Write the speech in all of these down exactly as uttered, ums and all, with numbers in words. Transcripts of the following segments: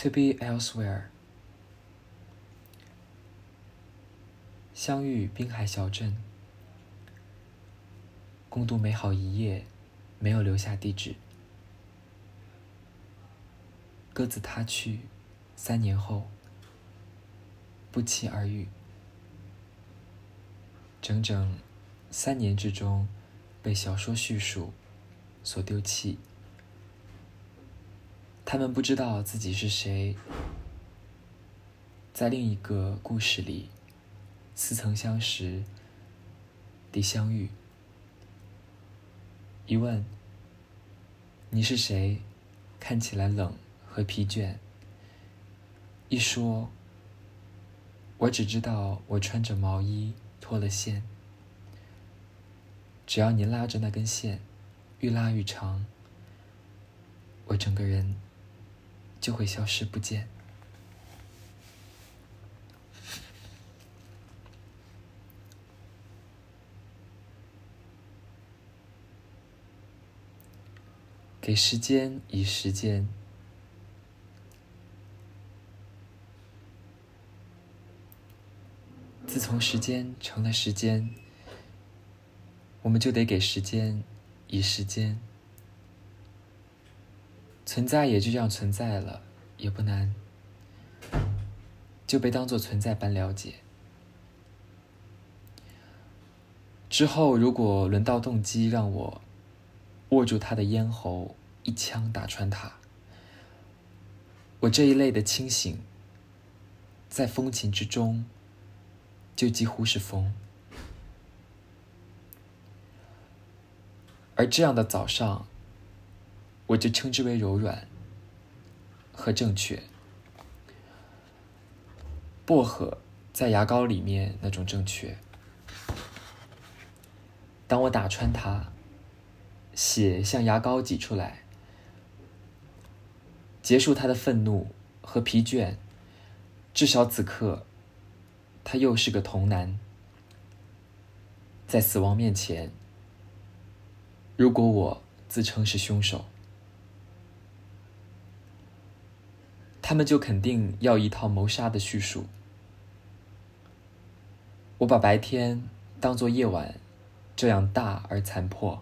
To be elsewhere。相遇滨海小镇，共度美好一夜，没有留下地址。各自他去，三年后，不期而遇。整整三年之中，被小说叙述所丢弃。他们不知道自己是谁，在另一个故事里，似曾相识地相遇。一问，你是谁？看起来冷和疲倦。一说，我只知道我穿着毛衣脱了线。只要你拉着那根线，愈拉愈长，我整个人就会消失不见。给时间以时间，自从时间成了时间，我们就得给时间以时间。存在也就这样存在了，也不难，就被当作存在般了解。之后如果轮到动机让我握住他的咽喉，一枪打穿他，我这一类的清醒，在风琴之中就几乎是风。而这样的早上，我就称之为柔软和正确。薄荷在牙膏里面那种正确。当我打穿它，血向牙膏挤出来，结束他的愤怒和疲倦，至少此刻他又是个童男。在死亡面前，如果我自称是凶手，他们就肯定要一套谋杀的叙述。我把白天当作夜晚这样大而残破，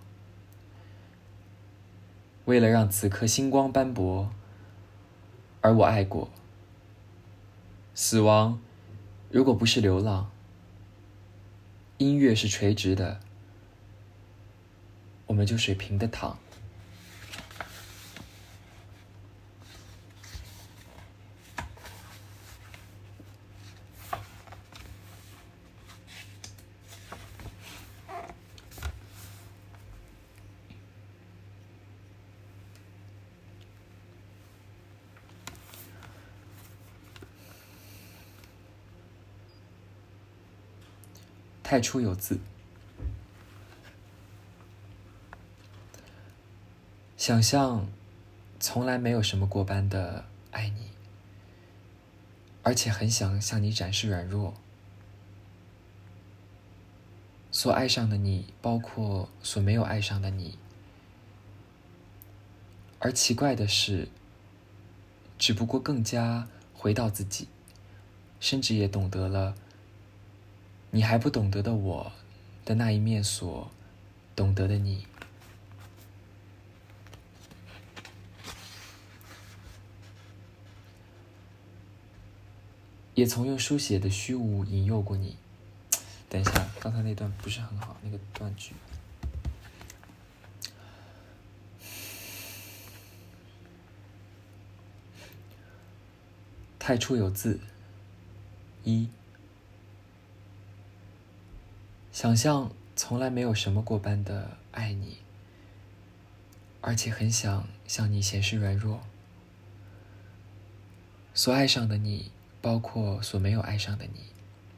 为了让此刻星光斑驳，而我爱过。死亡如果不是流浪，音乐是垂直的，我们就水平的躺。太初有字，想象从来没有什么过般的爱你，而且很想向你展示软弱。所爱上的你，包括所没有爱上的你。而奇怪的是，只不过更加回到自己，甚至也懂得了你还不懂得的我的那一面所懂得的你。也曾用书写的虚无引诱过你。等一下，刚才那段不是很好，那个断句。太初有字，一。想象从来没有什么过般的爱你，而且很想向你显示软弱。所爱上的你，包括所没有爱上的你。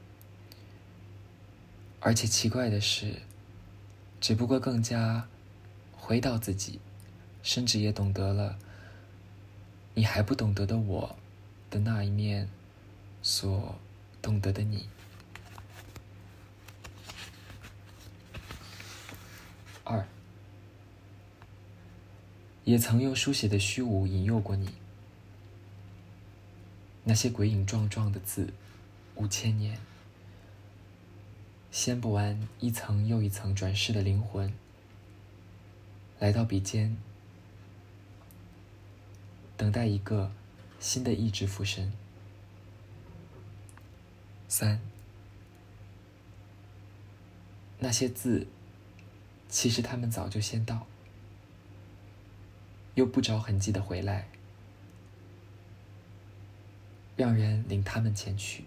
而且奇怪的是，只不过更加回到自己，甚至也懂得了你还不懂得的我的那一面所懂得的你。二，也曾用书写的虚无引诱过你。 那些鬼影幢幢的字，五千年，掀不完一层又一层转世的灵魂，来到笔尖，等待一个新的意志附身。三，那些字，其实他们早就先到，又不着痕迹的回来，让人领他们前去。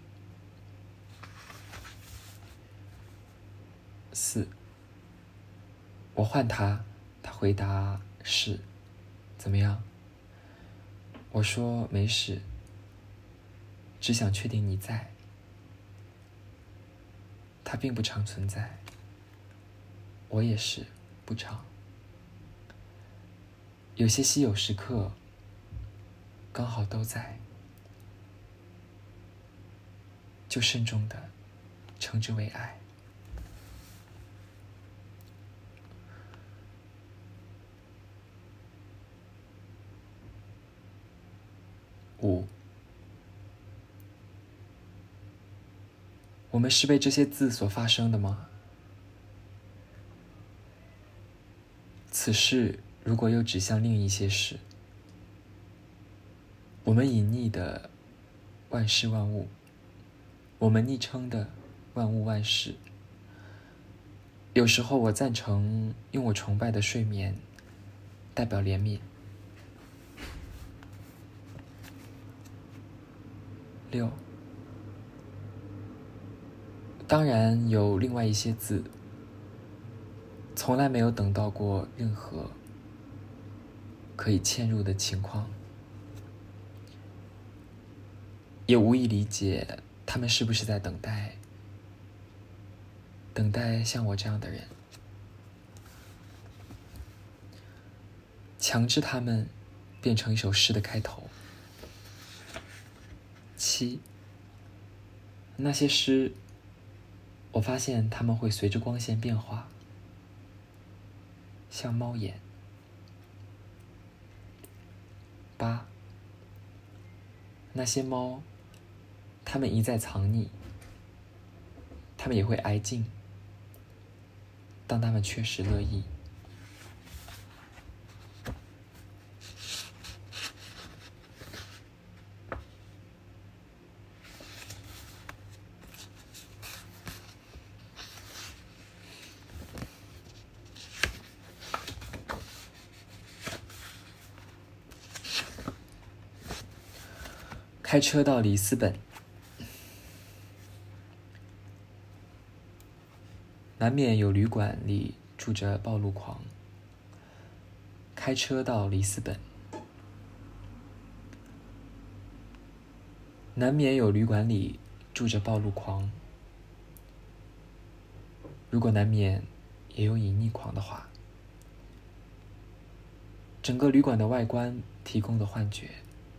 四，我唤他，他回答是，怎么样？我说没事，只想确定你在。他并不常存在，我也是不常。有些稀有时刻，刚好都在，就慎重的称之为爱。五，我们是被这些字所发生的吗？此事如果又指向另一些事，我们隐匿的万事万物，我们昵称的万物万事，有时候我赞成用我崇拜的睡眠代表怜悯。六，当然有另外一些字，从来没有等到过任何可以嵌入的情况，也无意理解他们是不是在等待，等待像我这样的人，强制他们变成一首诗的开头。七，那些诗，我发现它们会随着光线变化，像猫眼。八，那些猫，它们一再藏匿，它们也会挨近，当它们确实乐意。开车到里斯本，难免有旅馆里住着暴露狂。开车到里斯本，难免有旅馆里住着暴露狂。如果难免也有隐匿狂的话，整个旅馆的外观提供的幻觉，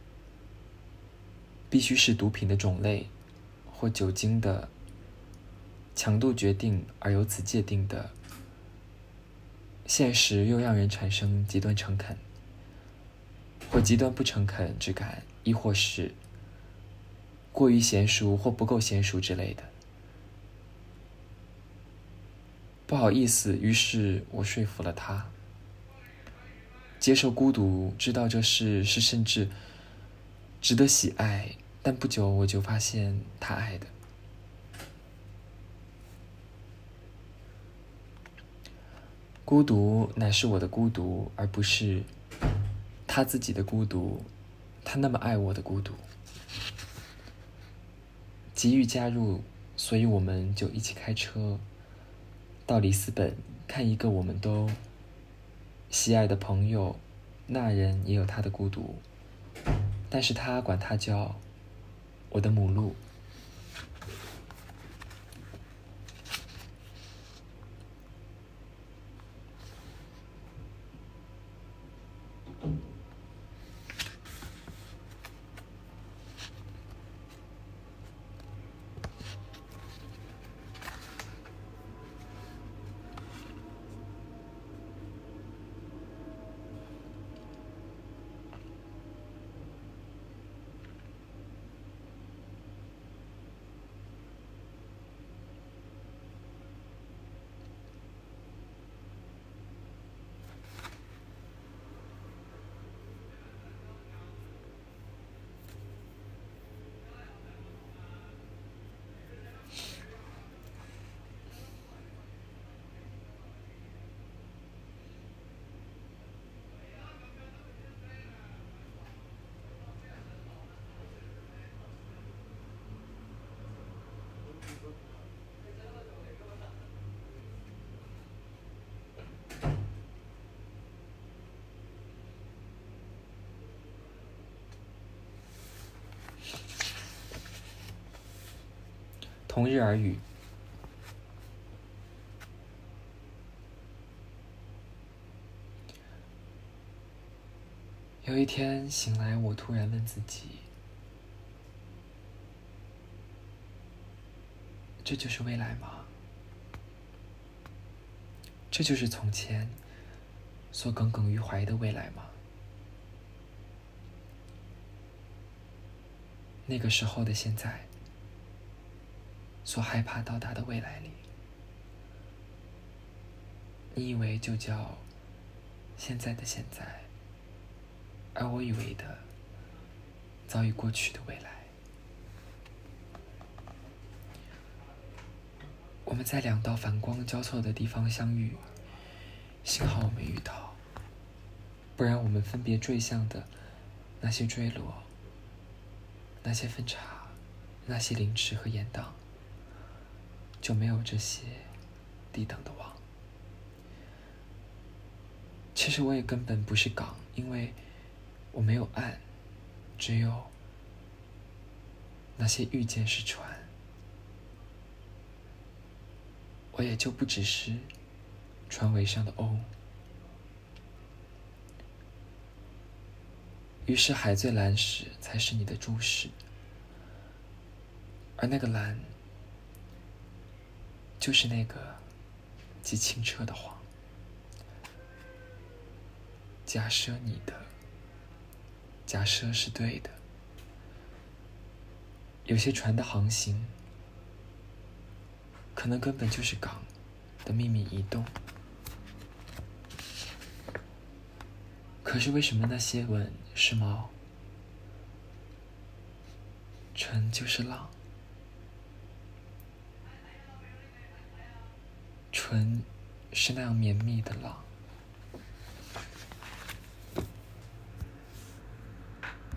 必须是毒品的种类或酒精的强度决定而由此界定的，现实又让人产生极端诚恳或极端不诚恳之感，亦或是过于娴熟或不够娴熟之类的。不好意思，于是我说服了他接受孤独，知道这事是甚至值得喜爱，但不久我就发现他爱的。孤独乃是我的孤独，而不是他自己的孤独，他那么爱我的孤独。急于加入，所以我们就一起开车到里斯本看一个我们都喜爱的朋友，那人也有他的孤独，但是他管他叫我的母鹿。 同日而语。有一天醒来，我突然问自己，这就是未来吗？这就是从前所耿耿于怀的未来吗？那个时候的现在，所害怕到达的未来里，你以为就叫现在的现在，而我以为的早已过去的未来。我们在两道反光交错的地方相遇，幸好我们遇到，不然我们分别坠向的那些坠落，那些分岔，那些凌迟和延宕，就没有这些抵挡的网。其实我也根本不是港，因为我没有岸，只有那些遇见是船。我也就不只是船尾上的鸥。于是海最蓝时才是你的注视，而那个蓝就是那个极清澈的黄。假设你的假设是对的，有些船的航行可能根本就是港的秘密移动。可是为什么那些吻是猫？纯就是浪，纯是那样绵密的浪。